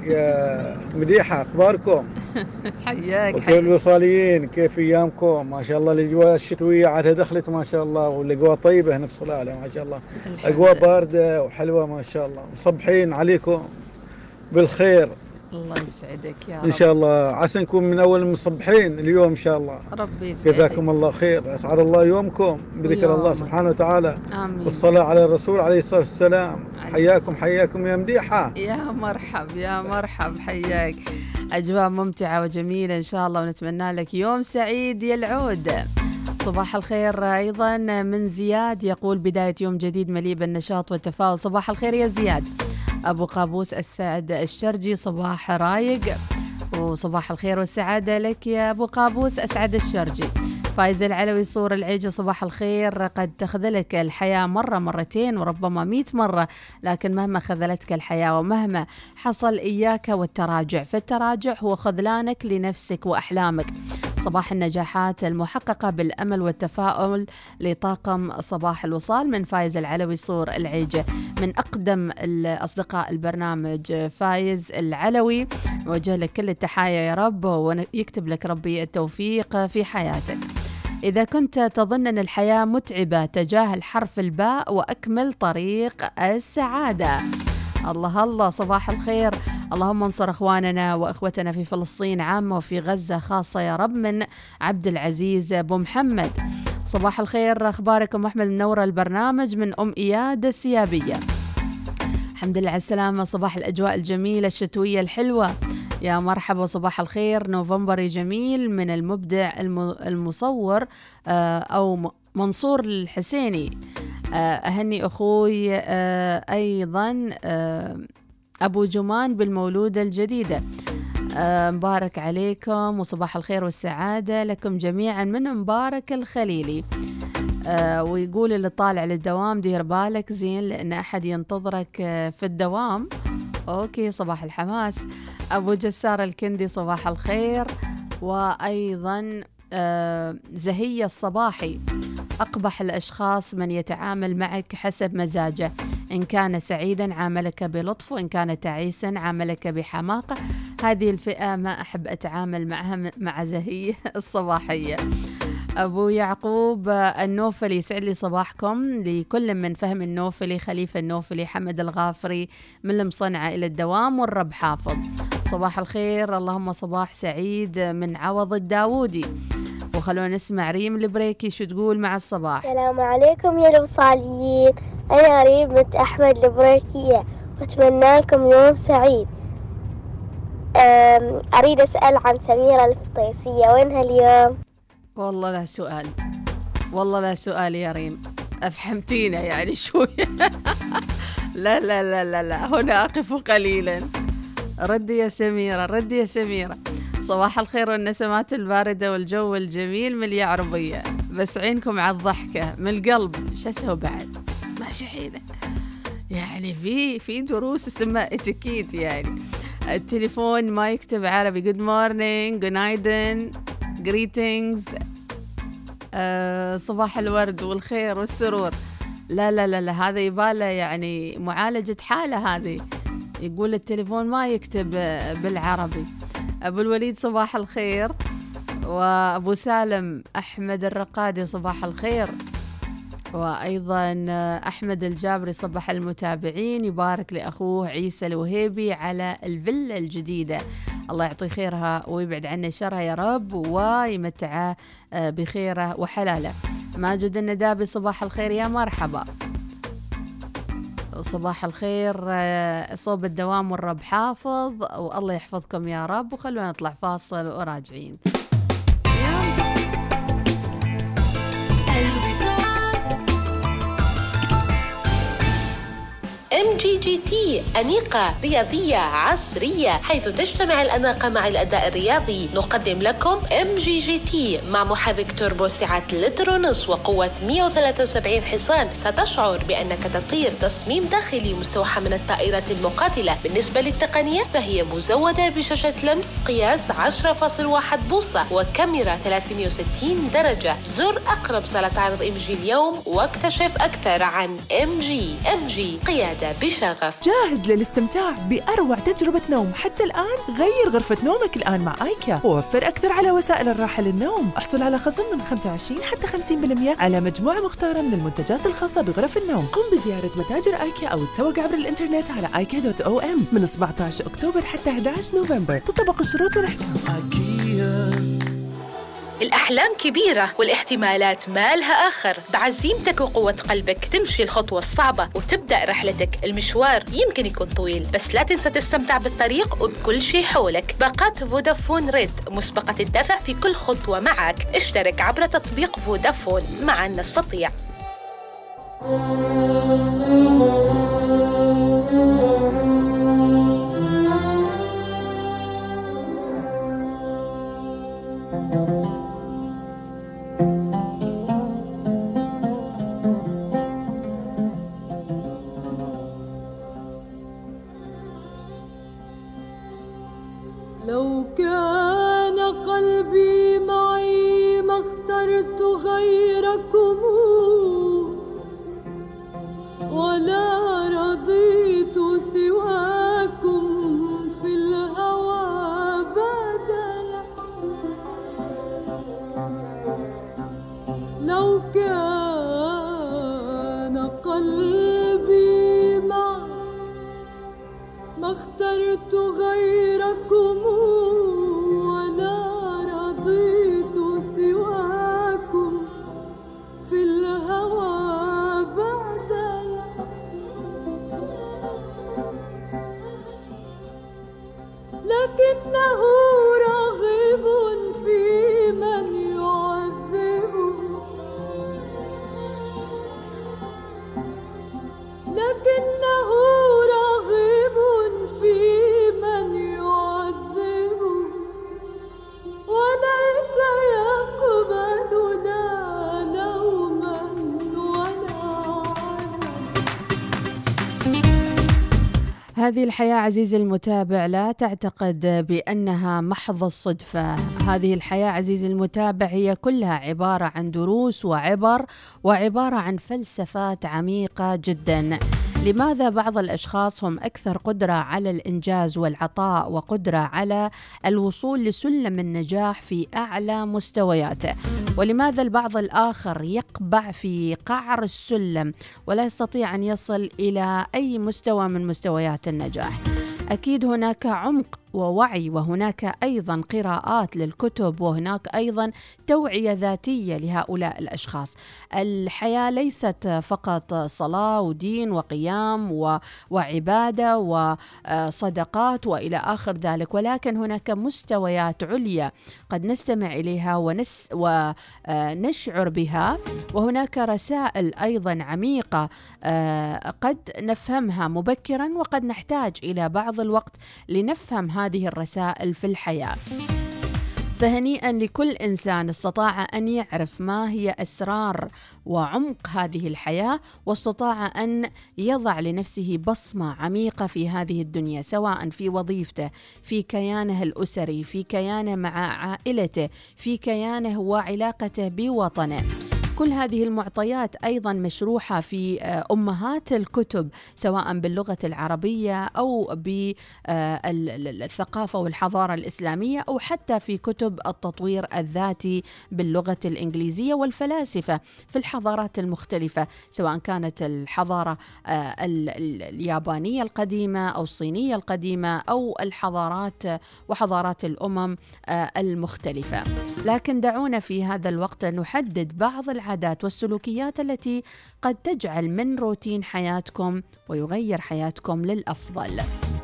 يا مديحة. أخباركم؟ حياك وكل حياك. الوصاليين كيف أيامكم؟ ما شاء الله الأجواء الشتوية عادها دخلت ما شاء الله، والأجواء طيبة هنا في صلالة ما شاء الله، أجواء باردة وحلوة ما شاء الله. مصبحين عليكم بالخير. الله يسعدك يا رب. إن شاء الله عسى نكون من أول المصبحين اليوم إن شاء الله. ربي يسعدك. جزاكم الله خير، أسعد الله يومكم بذكر الله سبحانه وتعالى. آمين. والصلاة على الرسول عليه الصلاة والسلام. حياكم حياكم يا مديحة. يا مرحب يا مرحب، حياك. أجواء ممتعة وجميلة إن شاء الله، ونتمنى لك يوم سعيد يا العود. صباح الخير أيضا من زياد، يقول بداية يوم جديد مليء بالنشاط والتفاؤل. صباح الخير يا زياد. أبو قابوس السعد الشرجي، صباح رايق، وصباح الخير والسعادة لك يا أبو قابوس أسعد الشرجي. فايز العلوي صور العيجة، صباح الخير. قد تخذلك الحياة مرة مرتين وربما مئة مرة، لكن مهما خذلتك الحياة ومهما حصل إياك والتراجع، فالتراجع هو خذلانك لنفسك وأحلامك. صباح النجاحات المحققة بالأمل والتفاؤل لطاقم صباح الوصال من فايز العلوي صور العيجة، من أقدم الأصدقاء البرنامج. فايز العلوي، وجه لك كل التحايا يا رب، ويكتب لك ربي التوفيق في حياتك. إذا كنت تظن أن الحياة متعبة، تجاهل حرف الباء وأكمل طريق السعادة. الله الله، صباح الخير. اللهم انصر أخواننا وأخوتنا في فلسطين عامة وفي غزة خاصة يا رب، من عبد العزيز أبو محمد. صباح الخير، أخباركم أحمد، منورة البرنامج من أم إياد السيابية. الحمد لله على السلامة. صباح الأجواء الجميلة الشتوية الحلوة، يا مرحبا. صباح الخير، نوفمبري جميل من المبدع المصور أو منصور الحسيني. أهني أخوي أيضا أبو جمان بالمولودة الجديدة، مبارك عليكم، وصباح الخير والسعادة لكم جميعا من مبارك الخليلي. ويقول اللي طالع للدوام دير بالك زين، لأن أحد ينتظرك في الدوام. أوكي، صباح الحماس. أبو جسار الكندي، صباح الخير. وأيضا زهية الصباحي، أقبح الأشخاص من يتعامل معك حسب مزاجه، إن كان سعيدا عاملك بلطف، وإن كان تعيسا عاملك بحماقة. هذه الفئة ما أحب أتعامل معها. مع زهية الصباحية. أبو يعقوب النوفلي، يسعد لي صباحكم لكل من فهم النوفلي، خليفة النوفلي، حمد الغافري من المصنعة إلى الدوام، والرب حافظ. صباح الخير، اللهم صباح سعيد من عوض الداودي. وخلونا نسمع ريم البريكي شو تقول مع الصباح. السلام عليكم يا الوصاليين، أنا ريم بنت أحمد البريكية، وأتمنى لكم يوم سعيد. أريد أسأل عن سميرة الفطيسية، وينها اليوم؟ والله لا سؤال، والله لا سؤال يا ريم، أفهمتينا يعني شوية. لا لا لا لا لا، هنا أقف قليلا. ردي يا سميرة، ردي يا سميرة. صباح الخير والنسمات الباردة والجو الجميل من اليعربية، بس عينكم على الضحكة من القلب. شو أسوي بعد؟ ماشي حيلة يعني، في في دروس اسمها اتيكيت يعني. التليفون ما يكتب عربي. good morning, good night, greetings، آه صباح الورد والخير والسرور. لا لا لا لا، هذا يباله يعني معالجة حالة هذه. يقول التليفون ما يكتب بالعربي. أبو الوليد صباح الخير. وأبو سالم أحمد الرقادي صباح الخير. وأيضا أحمد الجابري صبح المتابعين، يبارك لأخوه عيسى الوهيبي على الفيلا الجديدة، الله يعطي خيرها ويبعد عنا شرها يا رب ويمتعه بخيره وحلاله. ماجد الندابي صباح الخير يا مرحبا. صباح الخير صوب الدوام والرب حافظ، والله يحفظكم يا رب. وخلونا نطلع فاصل وراجعين. إم جي جي تي أنيقة رياضية عصرية حيث تجتمع الأناقة مع الأداء الرياضي. نقدم لكم إم جي جي تي مع محرك توربو سعة لتر ونص وقوة مئة وثلاثة وسبعين حصان. ستشعر بأنك تطير. تصميم داخلي مستوحى من الطائرات المقاتلة. بالنسبة للتقنية فهي مزودة بشاشة لمس قياس عشرة فاصلة واحد بوصة وكاميرا ثلاثمئة وستين درجة. زر أقرب صالة عرض إم جي اليوم واكتشف أكثر عن إم جي. إم جي قيادة بشغف. جاهز للاستمتاع بأروع تجربة نوم حتى الآن؟ غير غرفة نومك الآن مع آيكيا ووفر أكثر على وسائل الراحة للنوم. احصل على خصم من خمسة وعشرين حتى خمسين بالمئة على مجموعة مختارة من المنتجات الخاصة بغرف النوم. قم بزيارة متاجر آيكيا أو تسوق عبر الإنترنت على آيكيا دوت أو إم من سبعة عشر أكتوبر حتى أحد عشر نوفمبر. تطبق الشروط والأحكام. الأحلام كبيرة والاحتمالات ما لها آخر. بعزيمتك وقوة قلبك تمشي الخطوة الصعبة وتبدأ رحلتك. المشوار يمكن يكون طويل بس لا تنسى تستمتع بالطريق وبكل شيء حولك. باقات فودافون ريد مسبقة الدفع في كل خطوة معك. اشترك عبر تطبيق فودافون. معا نستطيع. لو كان قلبي معي ما اخترت غيركم ولا رضيت سواكم في الهوى بدلا. لو كان قلبي معي ما اخترت غيركم ولا رضيت سواكم في الهوى بدلا. لكنه راغب في من يعذبه. لكنه راغب في من يعذب وليس يقبلنا لوما ولا عذاب. هذه الحياة عزيزي المتابع لا تعتقد بأنها محض الصدفة. هذه الحياة عزيزي المتابع هي كلها عبارة عن دروس وعبر وعبارة عن فلسفات عميقة جدا. لماذا بعض الأشخاص هم أكثر قدرة على الإنجاز والعطاء وقدرة على الوصول لسلم النجاح في أعلى مستوياته، ولماذا البعض الآخر يقبع في قعر السلم ولا يستطيع أن يصل إلى أي مستوى من مستويات النجاح؟ أكيد هناك عمق ووعي، وهناك أيضا قراءات للكتب، وهناك أيضا توعية ذاتية لهؤلاء الأشخاص. الحياة ليست فقط صلاة ودين وقيام وعبادة وصدقات وإلى آخر ذلك، ولكن هناك مستويات عليا قد نستمع إليها ونس ونشعر بها، وهناك رسائل أيضا عميقة قد نفهمها مبكرا وقد نحتاج إلى بعض الوقت لنفهم هذه الرسائل في الحياة. فهنيئا لكل إنسان استطاع أن يعرف ما هي أسرار وعمق هذه الحياة، واستطاع أن يضع لنفسه بصمة عميقة في هذه الدنيا، سواء في وظيفته، في كيانه الأسري، في كيانه مع عائلته، في كيانه وعلاقته بوطنه. كل هذه المعطيات أيضا مشروحة في أمهات الكتب سواء باللغة العربية أو بالثقافة والحضارة الإسلامية أو حتى في كتب التطوير الذاتي باللغة الإنجليزية والفلاسفة في الحضارات المختلفة سواء كانت الحضارة اليابانية القديمة أو الصينية القديمة أو الحضارات وحضارات الأمم المختلفة. لكن دعونا في هذا الوقت نحدد بعض العادات والسلوكيات التي قد تجعل من روتين حياتكم ويغير حياتكم للأفضل.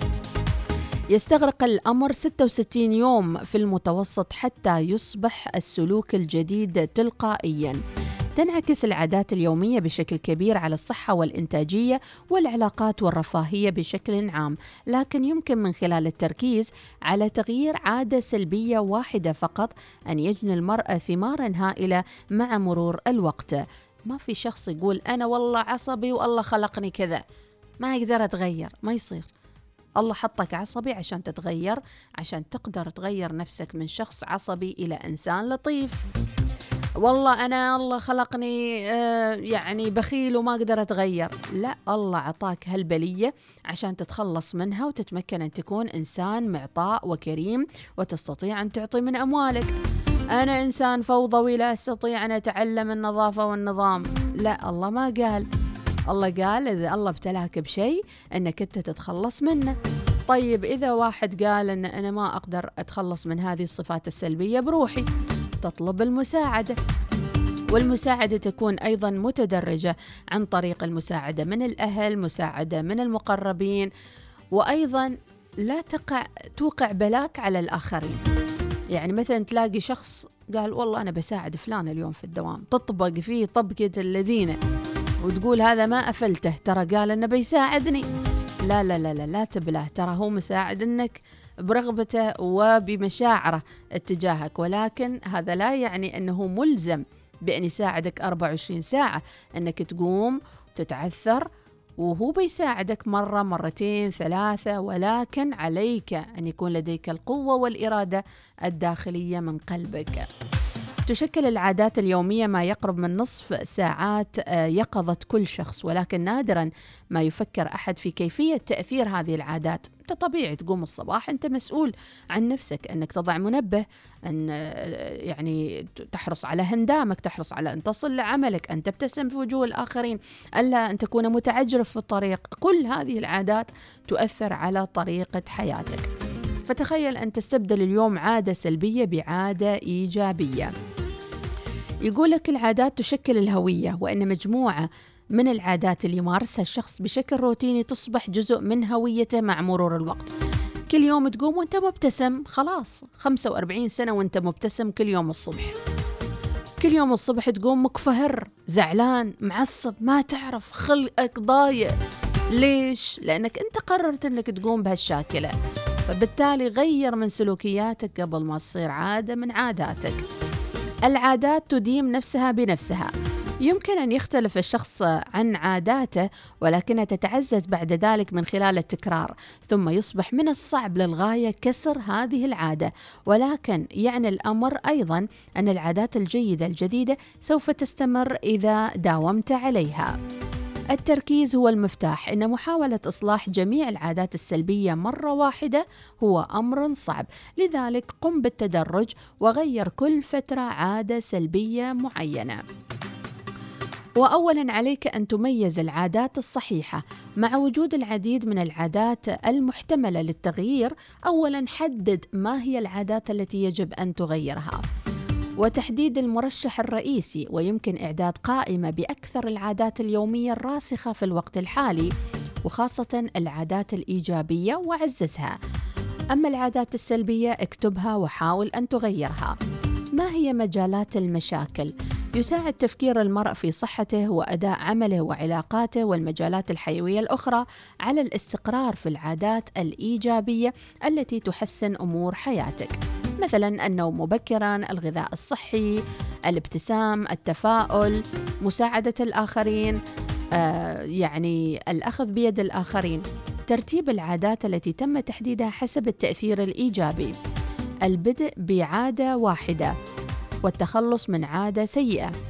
يستغرق الأمر ستة وستين يوم في المتوسط حتى يصبح السلوك الجديد تلقائياً. تنعكس العادات اليومية بشكل كبير على الصحة والإنتاجية والعلاقات والرفاهية بشكل عام، لكن يمكن من خلال التركيز على تغيير عادة سلبية واحدة فقط أن يجني المرء ثماراً هائلة مع مرور الوقت. ما في شخص يقول أنا والله عصبي والله خلقني كذا ما أقدر أتغير، ما يصير. الله حطك عصبي عشان تتغير، عشان تقدر تغير نفسك من شخص عصبي إلى إنسان لطيف. والله أنا الله خلقني آه يعني بخيل وما أقدر أتغير، لا، الله عطاك هالبلية عشان تتخلص منها وتتمكن أن تكون إنسان معطاء وكريم وتستطيع أن تعطي من أموالك. أنا إنسان فوضوي لا أستطيع أن أتعلم النظافة والنظام، لا، الله ما قال. الله قال إذا الله ابتلاك بشيء أنك أنت تتخلص منه. طيب إذا واحد قال أن أنا ما أقدر أتخلص من هذه الصفات السلبية بروحي، تطلب المساعدة، والمساعدة تكون أيضا متدرجة عن طريق المساعدة من الأهل، مساعدة من المقربين، وأيضا لا تقع توقع بلاك على الآخرين. يعني مثلا تلاقي شخص قال والله أنا بساعد فلان اليوم في الدوام، تطبق فيه طبقة الذين وتقول هذا ما أفلته ترى قال أنه بيساعدني. لا لا لا لا, لا تبلاه، ترى هو مساعد أنك برغبته وبمشاعره اتجاهك، ولكن هذا لا يعني أنه ملزم بأن يساعدك أربعة وعشرين ساعة، أنك تقوم تتعثر وهو بيساعدك مرة مرتين ثلاثة، ولكن عليك أن يكون لديك القوة والإرادة الداخلية من قلبك. تشكل العادات اليومية ما يقرب من نصف ساعات يقظة كل شخص، ولكن نادرا ما يفكر أحد في كيفية تأثير هذه العادات. أنت طبيعي تقوم الصباح، أنت مسؤول عن نفسك، أنك تضع منبه، أن يعني تحرص على هندامك، تحرص على أن تصل لعملك، أن تبتسم في وجوه الآخرين، ألا أن تكون متعجرف في الطريق. كل هذه العادات تؤثر على طريقة حياتك. فتخيل أن تستبدل اليوم عادة سلبية بعادة إيجابية. يقول لك العادات تشكل الهوية، وأن مجموعة من العادات اللي يمارسها الشخص بشكل روتيني تصبح جزء من هويته مع مرور الوقت. كل يوم تقوم وانت مبتسم، خلاص خمسة وأربعين سنة وانت مبتسم كل يوم الصبح. كل يوم الصبح تقوم مكفهر، زعلان، معصب، ما تعرف، خلقك ضايع. ليش؟ لأنك انت قررت انك تقوم بهالشاكلة، فبالتالي غير من سلوكياتك قبل ما تصير عادة من عاداتك. العادات تديم نفسها بنفسها. يمكن أن يختلف الشخص عن عاداته، ولكنها تتعزز بعد ذلك من خلال التكرار، ثم يصبح من الصعب للغاية كسر هذه العادة. ولكن يعني الأمر أيضا أن العادات الجيدة الجديدة سوف تستمر إذا داومت عليها. التركيز هو المفتاح. إن محاولة إصلاح جميع العادات السلبية مرة واحدة هو أمر صعب، لذلك قم بالتدرج وغير كل فترة عادة سلبية معينة. وأولاً عليك أن تميز العادات الصحيحة. مع وجود العديد من العادات المحتملة للتغيير، أولاً حدد ما هي العادات التي يجب أن تغيرها، وتحديد المرشح الرئيسي، ويمكن إعداد قائمة بأكثر العادات اليومية الراسخة في الوقت الحالي، وخاصة العادات الإيجابية، وعززها. أما العادات السلبية اكتبها وحاول أن تغيرها. ما هي مجالات المشاكل؟ يساعد تفكير المرء في صحته وأداء عمله وعلاقاته والمجالات الحيوية الأخرى على الاستقرار في العادات الإيجابية التي تحسن أمور حياتك، مثلا النوم مبكرا، الغذاء الصحي، الابتسام، التفاؤل، مساعدة الآخرين، آه يعني الأخذ بيد الآخرين. ترتيب العادات التي تم تحديدها حسب التأثير الإيجابي. البدء بعادة واحدة والتخلص من عادة سيئة.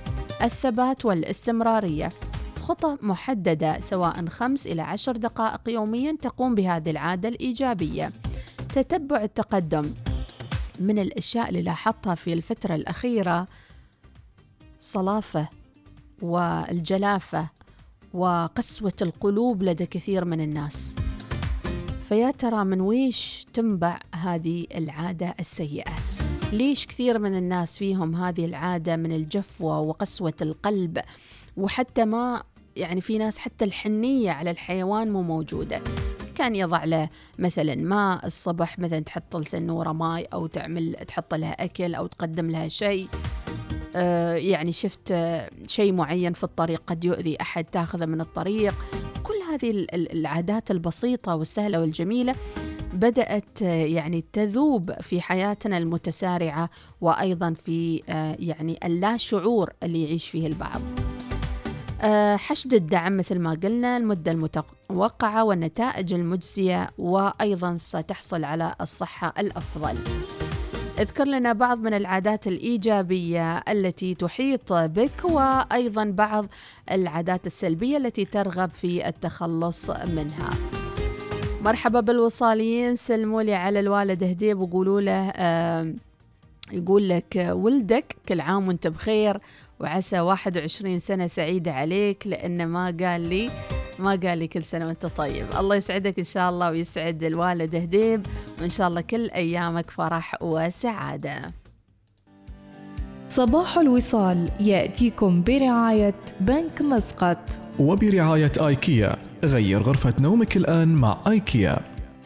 الثبات والاستمرارية. خطة محددة سواء خمس إلى عشر دقائق يوميا تقوم بهذه العادة الإيجابية. تتبع التقدم. من الأشياء اللي لاحظتها في الفترة الأخيرة صلافة والجلافة وقسوة القلوب لدى كثير من الناس. فيا ترى من ويش تنبع هذه العادة السيئة؟ ليش كثير من الناس فيهم هذه العادة من الجفوة وقسوة القلب، وحتى ما يعني في ناس حتى الحنية على الحيوان مو موجودة. كان يضع له مثلا ماء الصبح، مثلا تحط لسنورة ماء أو تعمل تحط لها أكل أو تقدم لها شيء. آه يعني شفت آه شيء معين في الطريق قد يؤذي أحد تاخذه من الطريق. كل هذه العادات البسيطة والسهلة والجميلة بدأت يعني تذوب في حياتنا المتسارعة، وأيضا في يعني اللا شعور اللي يعيش فيه البعض. حشد الدعم مثل ما قلنا، المدة المتوقعة والنتائج المجزية، وأيضا ستحصل على الصحة الأفضل. اذكر لنا بعض من العادات الإيجابية التي تحيط بك، وأيضا بعض العادات السلبية التي ترغب في التخلص منها. مرحبا بالوصاليين، سلموا لي على الوالد هديب وقولوا له آه يقول لك ولدك كل عام وانت بخير، وعسى واحد وعشرين سنة سعيدة عليك، لأنه ما قال لي ما قال لي كل سنة وانت طيب. الله يسعدك إن شاء الله ويسعد الوالد هديب، وإن شاء الله كل أيامك فرح وسعادة. صباح الوصال يأتيكم برعاية بنك مسقط وبرعاية آيكيا. غير غرفة نومك الآن مع آيكيا.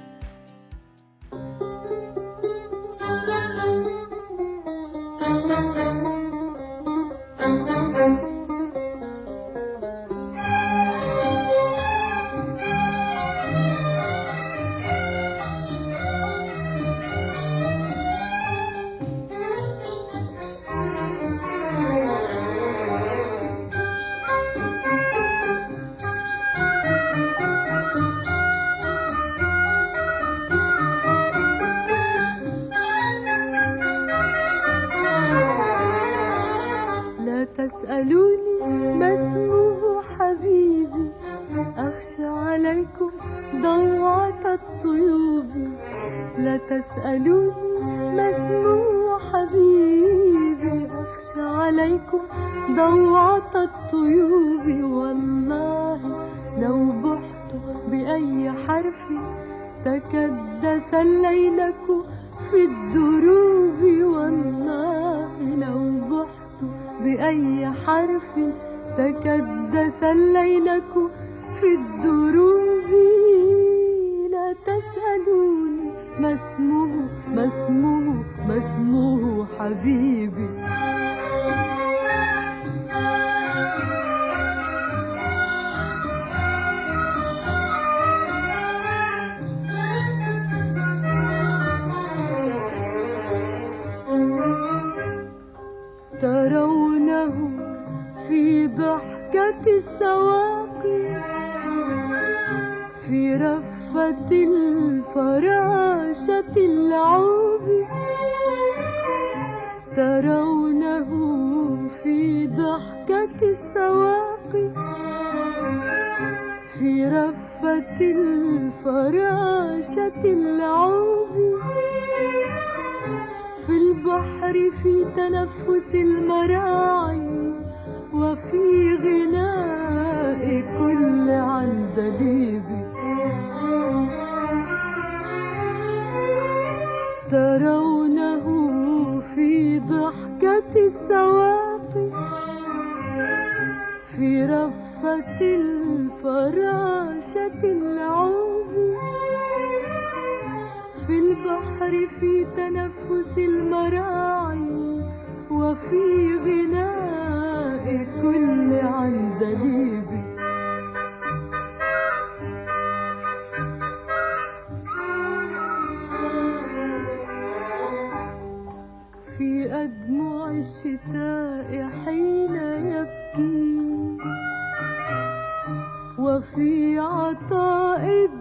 وفي عطاء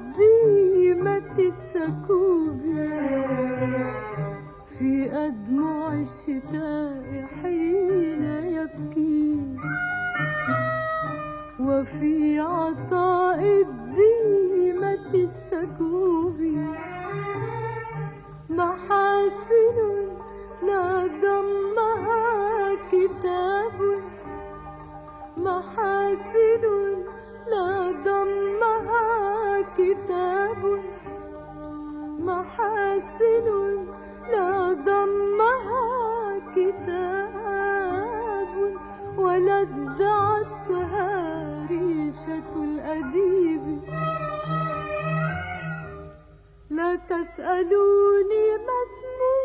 الديمة السكوب، في أدمع الشتاء حين يبكي محاسن لا ضمها كتاب محاسن لا ضمها كتاب ولا ادعتها ريشة الأديب لا تسألوني ما اسمه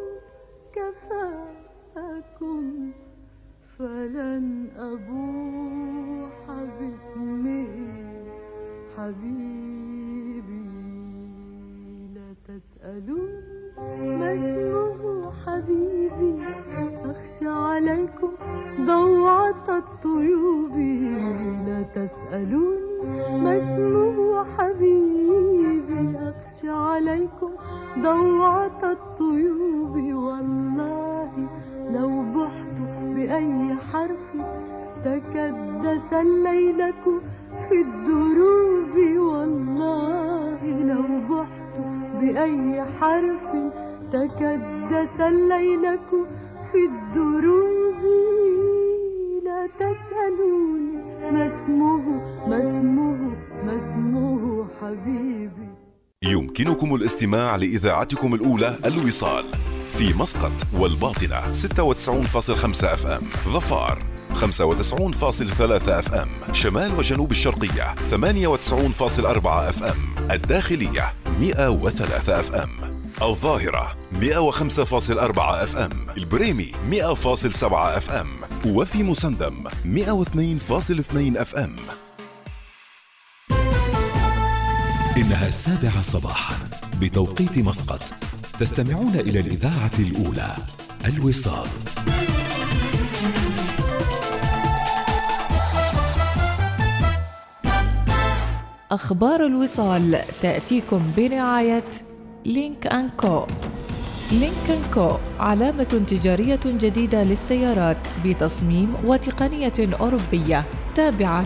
كفاكم فلن أبوح باسمه حبيبي لا تسألوني ما اسمه حبيبي أخشى عليكم ضوعة الطيوب لا تسألوني ما اسمه حبيبي أخشى عليكم ضوعة الطيوب والله لو بحت بأي حرف تكدس الليلة في الدروب والله لو بحت بأي حرف تكدس الليلة في الدروب لا تسألوني ما اسمه ما اسمه ما اسمه حبيبي. يمكنكم الاستماع لإذاعتكم الأولى الوصال في مسقط والباطنة ستة وتسعين فاصلة خمسة اف ام، ظفار خمسة وتسعين فاصلة ثلاثة اف ام، شمال وجنوب الشرقية ثمانية وتسعين فاصلة أربعة اف ام، الداخلية مئة وثلاثة اف ام، الظاهرة مئة وخمسة فاصلة أربعة اف ام، البريمي مئة فاصلة سبعة اف ام، وفي مسندم مئة واثنين فاصلة اثنين اف ام. إنها السابعة صباحا بتوقيت مسقط. تستمعون إلى الإذاعة الأولى الوصال. أخبار الوصال تأتيكم برعاية لينك أند كو. لينك أند كو علامة تجارية جديدة للسيارات بتصميم وتقنية أوروبية تابعة